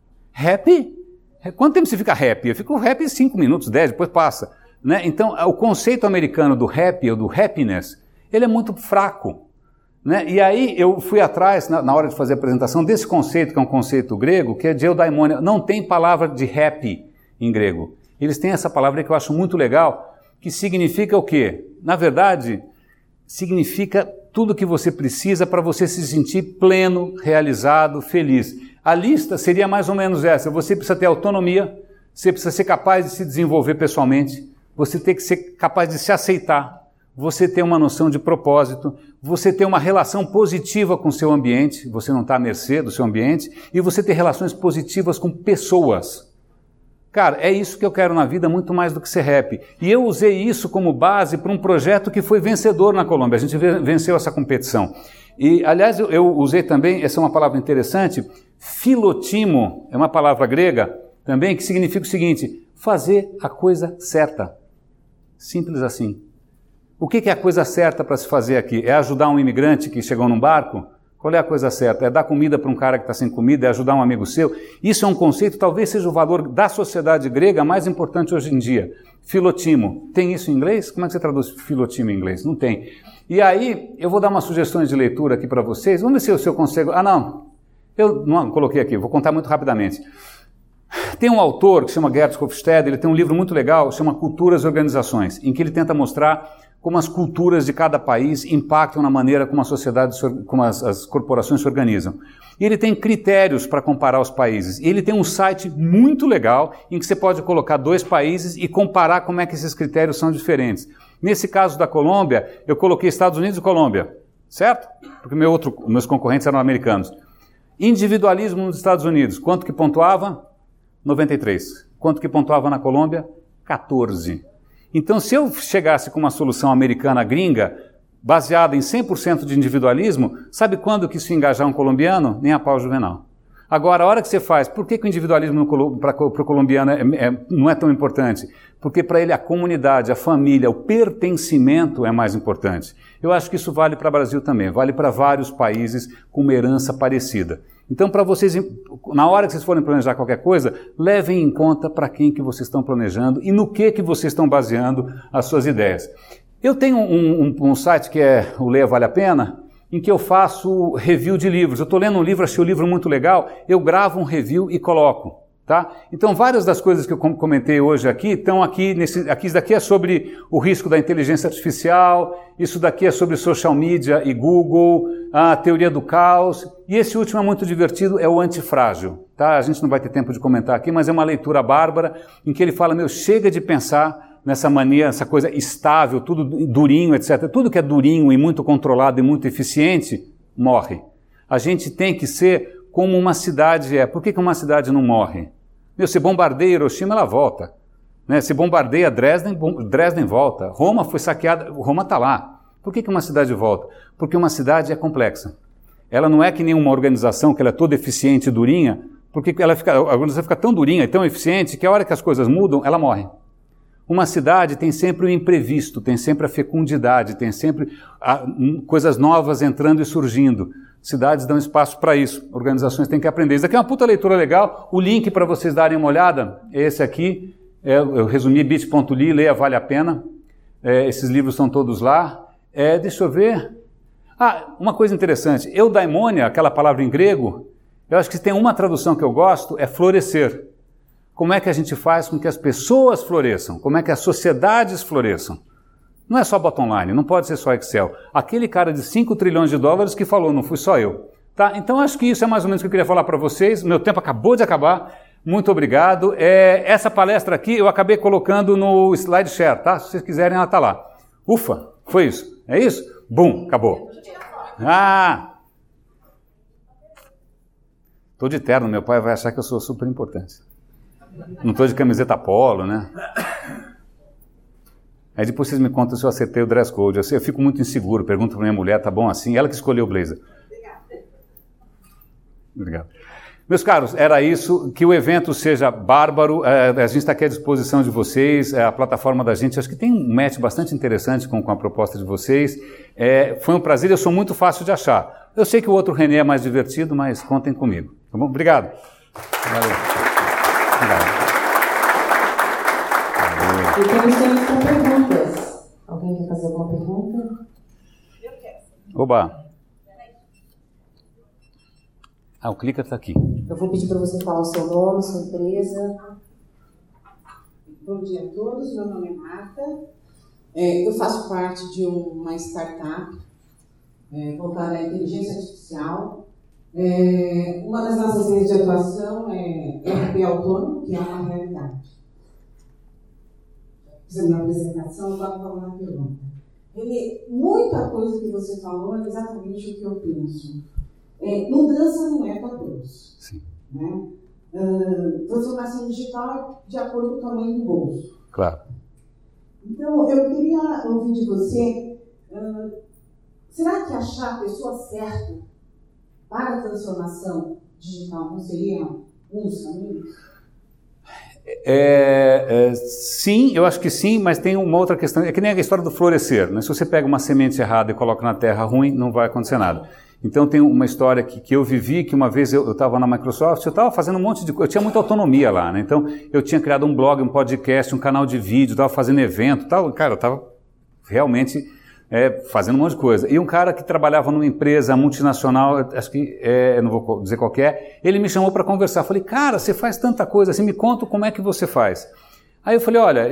Happy? Quanto tempo você fica happy? Eu fico happy 5 minutos, 10, depois passa. Né? Então, o conceito americano do happy ou do happiness, ele é muito fraco. Né? E aí eu fui atrás, na hora de fazer a apresentação, desse conceito, que é um conceito grego, que é de eudaimonia. Não tem palavra de happy em grego. Eles têm essa palavra que eu acho muito legal, que significa o quê? Na verdade, significa tudo que você precisa para você se sentir pleno, realizado, feliz. A lista seria mais ou menos essa. Você precisa ter autonomia, você precisa ser capaz de se desenvolver pessoalmente, você tem que ser capaz de se aceitar, você ter uma noção de propósito, você ter uma relação positiva com o seu ambiente, você não está à mercê do seu ambiente, e você ter relações positivas com pessoas. Cara, é isso que eu quero na vida, muito mais do que ser happy. E eu usei isso como base para um projeto que foi vencedor na Colômbia. A gente venceu essa competição. E, aliás, eu usei também, essa é uma palavra interessante, filotimo, é uma palavra grega também, que significa o seguinte, fazer a coisa certa. Simples assim. O que é a coisa certa para se fazer aqui? É ajudar um imigrante que chegou num barco? Qual é a coisa certa? É dar comida para um cara que está sem comida, é ajudar um amigo seu? Isso é um conceito, talvez seja o valor da sociedade grega mais importante hoje em dia. Filotimo. Tem isso em inglês? Como é que você traduz filotimo em inglês? Não tem. E aí, eu vou dar umas sugestões de leitura aqui para vocês. Vamos ver se eu consigo... eu não coloquei aqui, vou contar muito rapidamente. Tem um autor que se chama Gerd Hofstede, ele tem um livro muito legal, chama Culturas e Organizações, em que ele tenta mostrar como as culturas de cada país impactam na maneira como a sociedade, como as corporações se organizam. E ele tem critérios para comparar os países. E ele tem um site muito legal em que você pode colocar 2 países e comparar como é que esses critérios são diferentes. Nesse caso da Colômbia, eu coloquei Estados Unidos e Colômbia, certo? Porque meus concorrentes eram americanos. Individualismo nos Estados Unidos, quanto que pontuava? 93. Quanto que pontuava na Colômbia? 14. Então, se eu chegasse com uma solução americana gringa, baseada em 100% de individualismo, sabe quando que isso ia engajar um colombiano? Nem a pau Juvenal. Agora, a hora que você faz, por que o individualismo para o colombiano não é tão importante? Porque para ele a comunidade, a família, o pertencimento é mais importante. Eu acho que isso vale para o Brasil também, vale para vários países com uma herança parecida. Então, para vocês, na hora que vocês forem planejar qualquer coisa, levem em conta para quem que vocês estão planejando e no que vocês estão baseando as suas ideias. Eu tenho um site que é o Leia Vale a Pena, em que eu faço review de livros. Eu estou lendo um livro, achei o livro muito legal, eu gravo um review e coloco. Tá? Então, várias das coisas que eu comentei hoje aqui estão aqui, isso daqui é sobre o risco da inteligência artificial, isso daqui é sobre social media e Google, a teoria do caos, e esse último é muito divertido, é o antifrágil. Tá? A gente não vai ter tempo de comentar aqui, mas é uma leitura bárbara, em que ele fala, chega de pensar nessa mania, essa coisa estável, tudo durinho, etc. Tudo que é durinho e muito controlado e muito eficiente, morre. A gente tem que ser como uma cidade é. Por que uma cidade não morre? Se bombardeia Hiroshima, ela volta. Né? Se bombardeia Dresden volta. Roma foi saqueada, Roma está lá. Por que uma cidade volta? Porque uma cidade é complexa. Ela não é que nem uma organização que ela é toda eficiente e durinha, porque a organização fica tão durinha e tão eficiente que a hora que as coisas mudam, ela morre. Uma cidade tem sempre o imprevisto, tem sempre a fecundidade, tem sempre coisas novas entrando e surgindo. Cidades dão espaço para isso, organizações têm que aprender. Isso aqui é uma puta leitura legal, o link para vocês darem uma olhada é esse aqui, eu resumi bit.ly, leia, vale a pena, esses livros estão todos lá. Deixa eu ver, uma coisa interessante, eudaimonia, aquela palavra em grego, eu acho que tem uma tradução que eu gosto, é florescer. Como é que a gente faz com que as pessoas floresçam? Como é que as sociedades floresçam? Não é só bottom line, não pode ser só Excel. Aquele cara de 5 trilhões de dólares que falou, não fui só eu. Tá? Então acho que isso é mais ou menos o que eu queria falar para vocês. Meu tempo acabou de acabar. Muito obrigado. Essa palestra aqui eu acabei colocando no SlideShare, tá? Se vocês quiserem, ela está lá. Ufa, foi isso. É isso? Bum, acabou. Estou de terno, meu pai vai achar que eu sou super importante. Não estou de camiseta polo, né? Aí depois vocês me contam se eu acertei o dress code. Eu fico muito inseguro, pergunto para minha mulher, tá bom assim? Ela que escolheu o blazer. Obrigado. Meus caros, era isso. Que o evento seja bárbaro. A gente está aqui à disposição de vocês. A plataforma da gente, acho que tem um match bastante interessante com a proposta de vocês. Foi um prazer, eu sou muito fácil de achar. Eu sei que o outro René é mais divertido, mas contem comigo. Tá bom? Obrigado. Valeu. Obrigado. E temos tempo para perguntas. Alguém quer fazer alguma pergunta? Eu quero. Oba! O clicker está aqui. Eu vou pedir para você falar o seu nome, sua empresa. Bom dia a todos, meu nome é Marta. Eu faço parte de uma startup voltada à inteligência artificial. Uma das nossas linhas de atuação é RP autônomo, que é uma realidade. Fizemos uma apresentação, vamos falar uma pergunta. Muita coisa que você falou é exatamente o que eu penso. Mudança não é para todos. Sim. Né? Transformação digital é de acordo com o tamanho do bolso. Claro. Então, eu queria ouvir de você, será que achar a pessoa certa para a transformação digital não seria um dos caminhos? Sim, eu acho que sim, mas tem uma outra questão, é que nem a história do florescer, né? Se você pega uma semente errada e coloca na terra ruim, não vai acontecer nada. Então tem uma história que eu vivi, que uma vez eu estava na Microsoft, eu estava fazendo um monte de coisa, eu tinha muita autonomia lá, né? Então eu tinha criado um blog, um podcast, um canal de vídeo, estava fazendo evento, tal, cara, eu estava realmente fazendo um monte de coisa. E um cara que trabalhava numa empresa multinacional, acho que, não vou dizer qual que é, ele me chamou para conversar. Falei, cara, você faz tanta coisa assim, me conta como é que você faz. Aí eu falei, olha,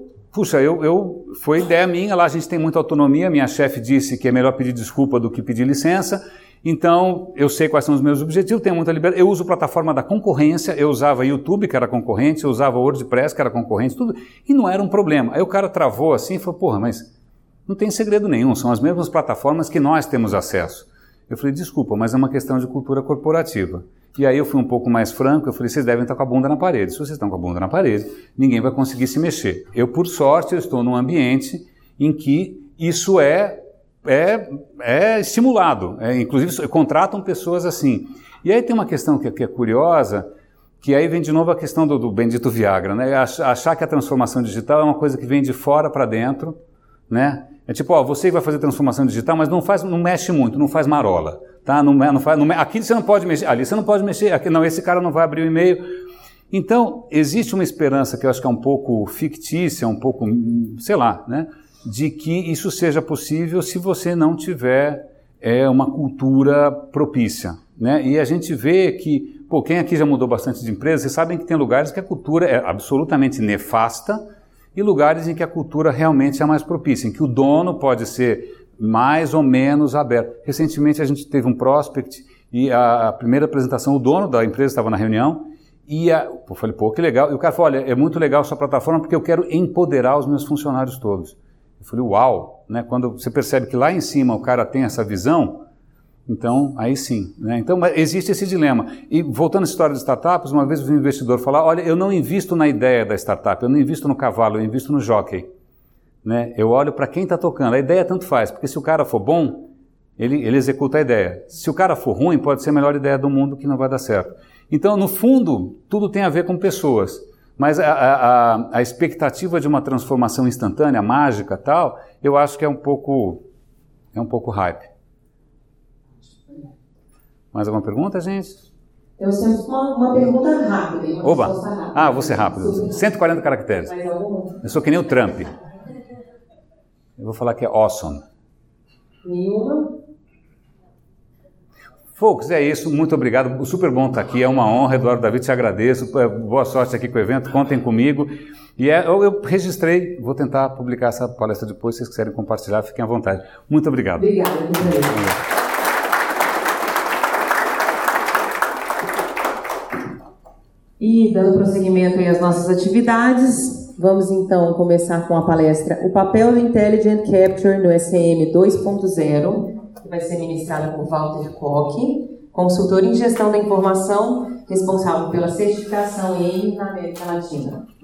foi ideia minha, lá a gente tem muita autonomia, minha chefe disse que é melhor pedir desculpa do que pedir licença, então eu sei quais são os meus objetivos, tenho muita liberdade, eu uso plataforma da concorrência, eu usava YouTube, que era concorrente, eu usava WordPress, que era concorrente, tudo, e não era um problema. Aí o cara travou assim e falou, porra, mas não tem segredo nenhum, são as mesmas plataformas que nós temos acesso. Eu falei, desculpa, mas é uma questão de cultura corporativa. E aí eu fui um pouco mais franco, eu falei, vocês devem estar com a bunda na parede. Se vocês estão com a bunda na parede, ninguém vai conseguir se mexer. Eu, por sorte, eu estou num ambiente em que isso é estimulado. Inclusive, contratam pessoas assim. E aí tem uma questão que é curiosa, que aí vem de novo a questão do bendito Viagra, né? Achar que a transformação digital é uma coisa que vem de fora para dentro, né? É tipo, você vai fazer transformação digital, mas não mexe muito, não faz marola, tá? Aqui você não pode mexer, ali você não pode mexer, aqui não, esse cara não vai abrir o e-mail. Então, existe uma esperança que eu acho que é um pouco fictícia, um pouco, sei lá, né? De que isso seja possível se você não tiver uma cultura propícia, né? E a gente vê que, quem aqui já mudou bastante de empresa, vocês sabem que tem lugares que a cultura é absolutamente nefasta, e lugares em que a cultura realmente é mais propícia, em que o dono pode ser mais ou menos aberto. Recentemente a gente teve um prospect e a primeira apresentação, o dono da empresa estava na reunião e eu falei, que legal. E o cara falou, olha, é muito legal a sua plataforma porque eu quero empoderar os meus funcionários todos. Eu falei, uau, né? Quando você percebe que lá em cima o cara tem essa visão, então aí sim, né? Então existe esse dilema. E voltando à história de startups, uma vez eu vi um investidor falar, olha, eu não invisto na ideia da startup, eu não invisto no cavalo, eu invisto no jockey, né? Eu olho para quem está tocando, a ideia tanto faz, porque se o cara for bom, ele executa a ideia. Se o cara for ruim, pode ser a melhor ideia do mundo que não vai dar certo. Então, no fundo, tudo tem a ver com pessoas, mas a expectativa de uma transformação instantânea, mágica, tal, eu acho que é um pouco hype. Mais alguma pergunta, gente? Eu sempre uma pergunta rápida. Uma Oba! rápida. Ah, vou ser rápido. 140 caracteres. Mais alguma? Eu sou que nem o Trump. Eu vou falar que é awesome. Nenhuma? Folks, é isso. Muito obrigado. Super bom estar aqui. É uma honra. Eduardo David, te agradeço. Boa sorte aqui com o evento. Contem comigo. E eu registrei. Vou tentar publicar essa palestra depois. Se vocês quiserem compartilhar, fiquem à vontade. Muito obrigado. Obrigada. E dando prosseguimento às nossas atividades, vamos então começar com a palestra O Papel do Intelligent Capture no SCM 2.0, que vai ser ministrada por Walter Koch, consultor em gestão da informação, responsável pela certificação EI na América Latina.